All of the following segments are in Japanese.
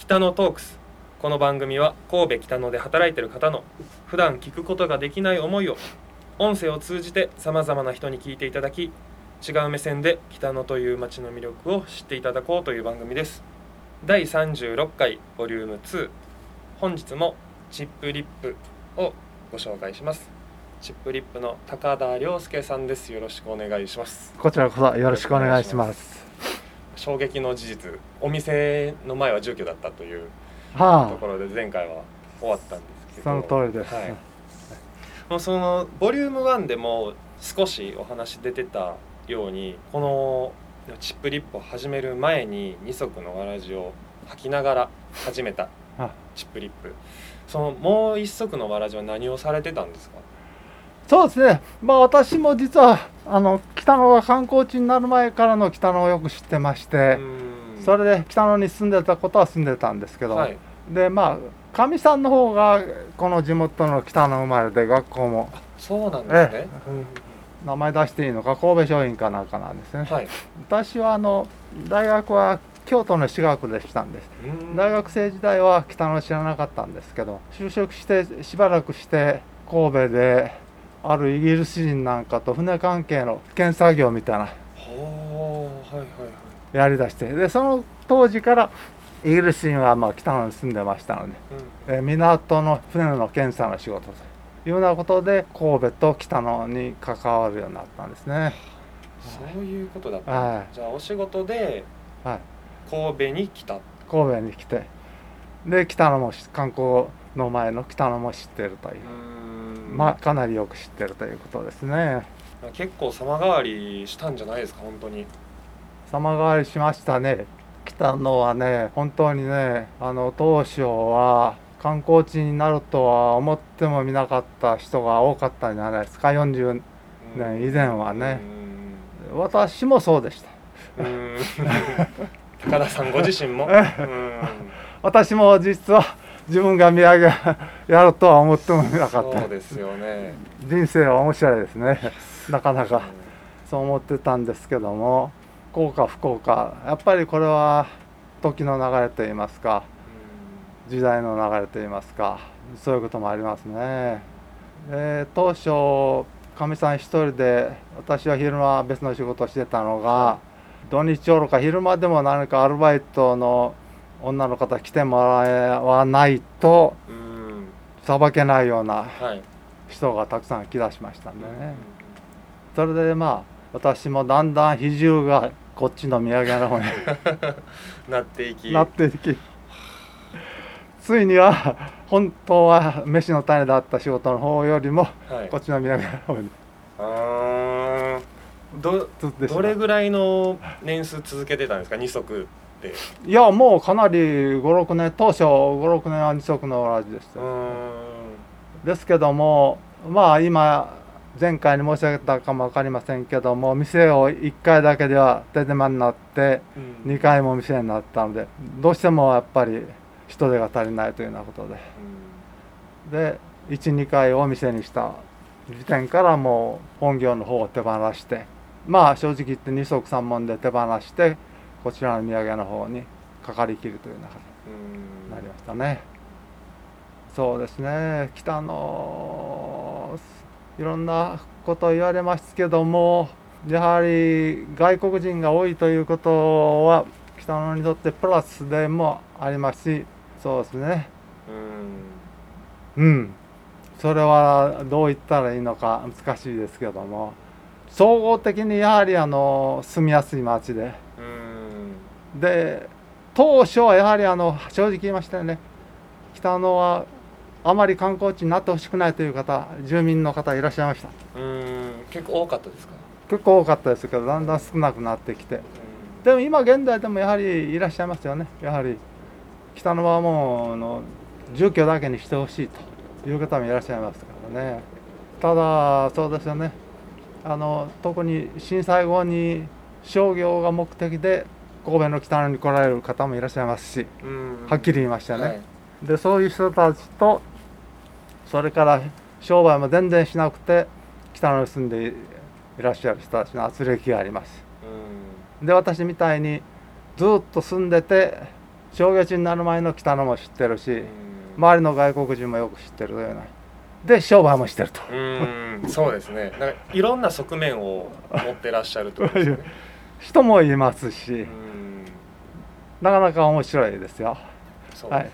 北野トークス。この番組は神戸北野で働いている方の普段聞くことができない思いを音声を通じてさまざまな人に聞いていただき、違う目線で北野という街の魅力を知っていただこうという番組です。第36回ボリューム2。本日もチップリップをご紹介します。チップリップの高田亮介さんです。よろしくお願いします。 こちらこそよろしくお願いします。 衝撃の事実、お店の前は住居だったというところで前回は終わったんですけど、 その通りです、 はい、もうそのボリューム1でも少しお話出てたように、このチップリップを始める前に二足のわらじを履きながら始めたチップリップ、そのもう一足のわらじは何をされてたんですか？ そうですね、私も実は北野が観光地になる前からの北野をよく知ってまして、それで北野に住んでたことは住んでたんですけど、はい、でかみさんの方がこの地元の北野生まれで、学校もそうなんですね、 名前出していいのか神戸商院かなんかなんですね、はい、私は大学は京都の私学でしたんです。大学生時代は北野知らなかったんですけど、就職してしばらくして神戸であるイギリス人なんかと船関係の検査業みたいなやりだして、でその当時からイギリス人は北野に住んでましたので、港の船の検査の仕事というようなことで神戸と北野に関わるようになったんですね。 そういうことだった、はい、じゃあお仕事で神戸に来た、 神戸に来て、で北野も観光の前の北野も知っているという、かなりよく知ってるということですね。 結構様変わりしたんじゃないですか？本当に様変わりしましたね。北野はね、本当にね、当初は観光地になるとは思ってもみなかった人が多かったんじゃないですか。40年以前はね。私もそうでした。 高田さんご自身も私も実は自分が土産やるとは思ってもみなかった。 そうですよね。 人生は面白いですね。なかなかそう思ってたんですけども、幸か不幸か、やっぱりこれは時の流れといいますか、時代の流れといいますか、そういうこともありますね。当初かみさん一人で、私は昼間別の仕事をしてたのが、土日おろか昼間でも何かアルバイトの女の方来てもらわないとさばけないような人がたくさん来だしましたんでね、それで私もだんだん比重がこっちの土産の方になっていき、 ついには本当は飯の種だった仕事の方よりも、こっちの土産の方にどれぐらいの年数続けてたんですか？二足で。 いや、もうかなり5、6年、当初5、6年は二足のわらじでした。ですけども、今前回に申し上げたかも分かりませんけども、店を1回だけでは手手間になって、2回も店になったので、どうしてもやっぱり人手が足りないというようなことで、1、2回を店にした時点からもう本業の方を手放して、正直言って二足三門で手放して、こちらの土産の方にかかりきるというような形になりましたね。そうですね、北野いろんなことを言われますけども、やはり外国人が多いということは北野にとってプラスでもありますし、そうですね、それはどう言ったらいいのか難しいですけども、総合的にやはり住みやすい町で、当初はやはり正直言いましたよね、北野はあまり観光地になってほしくないという方、住民の方いらっしゃいました。 結構多かったですか？ 結構多かったですけど、だんだん少なくなってきて、でも今現在でもやはりいらっしゃいますよね。やはり北野はもう住居だけにしてほしいという方もいらっしゃいますからね。ただそうですよね、特に震災後に商業が目的で神戸の北野に来られる方もいらっしゃいますし、はっきり言いましたね、でそういう人たちと、それから商売も全然しなくて北野に住んでいらっしゃる人たちの圧力があります。で私みたいにずっと住んでて商業地になる前の北野も知ってるし、周りの外国人もよく知ってるようなで商売もしてると。 そうですね。なんかいろんな側面を持ってらっしゃるとですね。 人もいますし、なかなか面白いですよ。 そうです。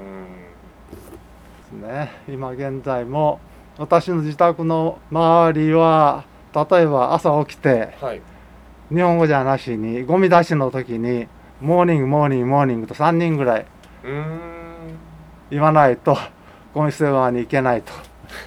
ね、今現在も私の自宅の周りは例えば朝起きて、はい、日本語じゃなしにゴミ出しの時にモーニングモーニングモーニングと3人ぐらい言わないとゴミ捨て場に行けないと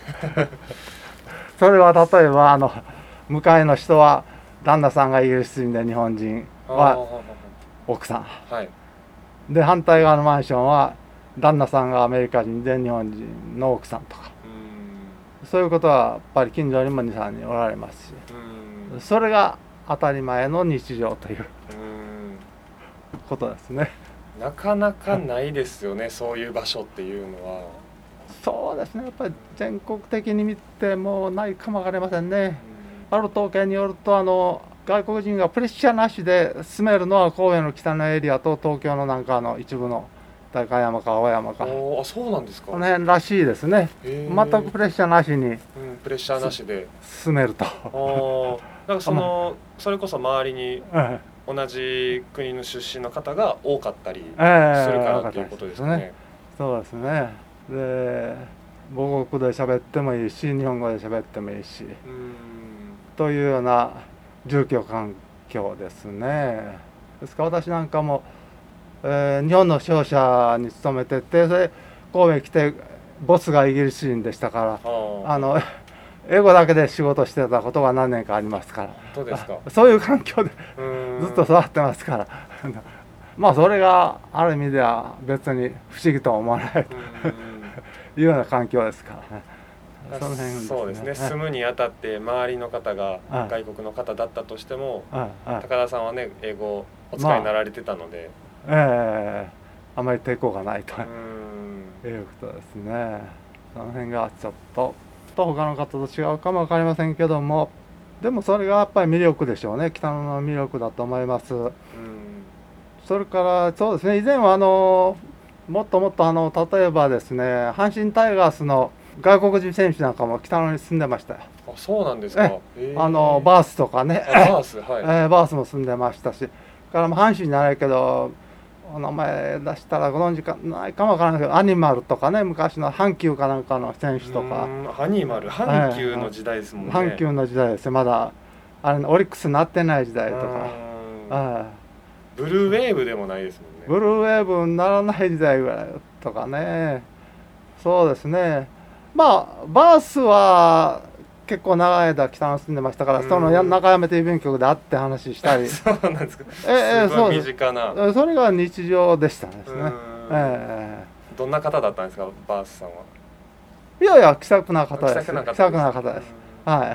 それは例えば向かいの人は旦那さんがイギリス人で日本人は奥さん、はい、で反対側のマンションは旦那さんがアメリカ人で日本人の奥さんとか、そういうことはやっぱり近所にも 2,3 人おられますし、それが当たり前の日常ということですね。 なかなかないですよね、そういう場所っていうのは。 そうですね、やっぱり全国的に見てもないかもわかりませんね。ある統計によると外国人がプレッシャーなしで住めるのは神戸の北のエリアと東京のなんか一部の代官山か青山か、 そうなんですか。 この辺らしいですね。全くプレッシャーなしに、 プレッシャーなしで住めると。 なんかそれこそ周りに同じ国の出身の方が多かったりするからということですね。 そうですね。で母国で喋ってもいいし日本語で喋ってもいいしというような住居環境ですね。ですから私なんかも、日本の商社に勤めてて、それ神戸来てボスがイギリス人でしたから英語だけで仕事してたことが何年かありますから。 そうですか。 そういう環境でずっと育ってますからまあそれがある意味では別に不思議とは思わないいうような環境ですからね。 その辺ですね。そうですね。住むにあたって周りの方が外国の方だったとしても、高田さんはね英語お使いになられてたので、 あまり抵抗がないということですね。その辺がちょっと他の方と違うかも分かりませんけども、でもそれがやっぱり魅力でしょうね。北野の魅力だと思います。それからそうですね、以前はもっともっと例えばですね、阪神タイガースの外国人選手なんかも北野に住んでましたよ。 そうなんですか。バースとかね、 バース、はい、 バースも住んでましたし、から阪神じゃないけどお名前出したらご存知かないかもわからないけど、アニマルとかね、昔の阪急かなんかの選手とか。 アニマル、阪急の時代ですもんね。 阪急の時代ですよ。まだオリックスになってない時代とか。 ブルーウェーブでもないですもんね。 ブルーウェーブにならない時代ぐらいとかね。そうですね。まあバースは結構長い間北野住んでましたから、その中山郵便局で会って話したり。 そうなんですか。すごい身近な。 それが日常でしたですね。 どんな方だったんですか、バースさんは。 いやいや、気さくな方です。気さくな方です。はい。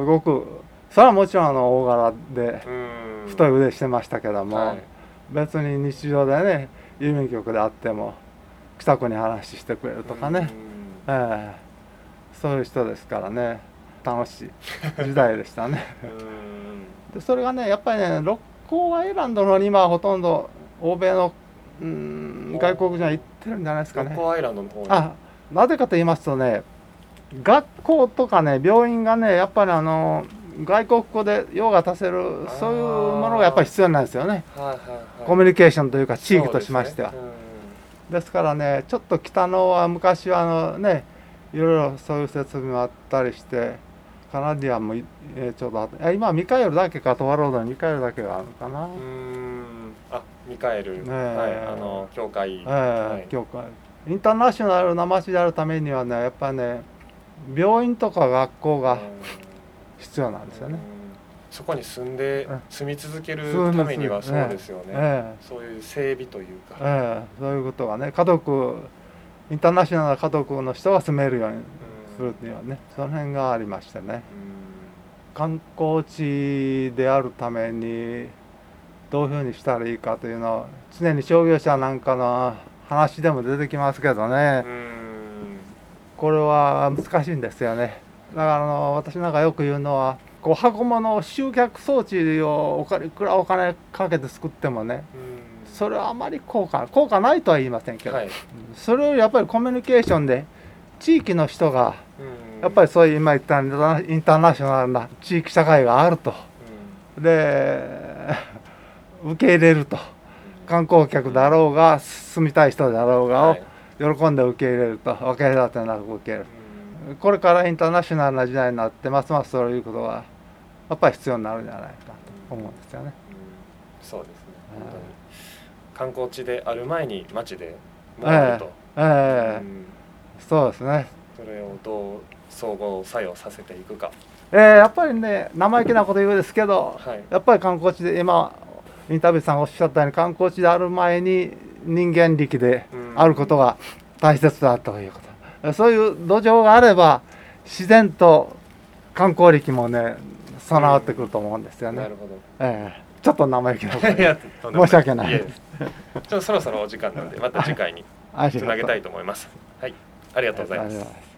ごくそれはもちろん大柄で太い腕してましたけども、別に日常でね郵便局で会っても気さくに話してくれるとかね、そういう人ですからね、楽しい時代でしたねでそれがねやっぱりね、六甲アイランドのに今ほとんど欧米の外国人は行ってるんじゃないですかね。 六甲アイランドの方に。 なぜかと言いますとね、学校とかね病院がねやっぱり外国語で用が足せるそういうものがやっぱり必要なんですよね。コミュニケーションというか地域としましては。ですからね、ちょっと北野は昔はいろいろそういう設備もあったりして、カナディアンもちょうどあって、今はミカエルだけか、トワロードにミカエルだけがあるかな。 ミカエル、教会、 教会。インターナショナルな街であるためにはね、やっぱりね病院とか学校が必要なんですよね。 そこに住み続けるためにはそうですよね。そういう整備というか、 そういうことがね、インターナショナルな家族の人が住めるようにするにはね、その辺がありましてね。観光地であるためにどういうふうにしたらいいかというのは常に商業者なんかの話でも出てきますけどね、これは難しいんですよね。だから私なんかよく言うのは、 こう箱物を集客装置をいくらお金かけて作ってもね、それはあまり効果ないとは言いませんけど、それをやっぱりコミュニケーションで地域の人がやっぱりそういう今言ったインターナショナルな地域社会があると、で受け入れると、観光客だろうが住みたい人だろうがを喜んで受け入れると、分け隔てなく受け入れる。これからインターナショナルな時代になってますますそういうことがやっぱり必要になるんじゃないかと思うんですよね。 そうですね。本当に観光地である前に町でもあると。 そうですね。 それをどう相互作用させていくか。 やっぱりね、生意気なこと言うんですけど、やっぱり観光地で今インタビューさんがおっしゃったように観光地である前に人間力であることが大切だということ。そういう土壌があれば自然と観光力もね備わってくると思うんですよね。 なるほど。 ちょっと生意気なこと申し訳ないです。 ちょっとそろそろお時間なのでまた次回につなげたいと思います。はい、ありがとうございます。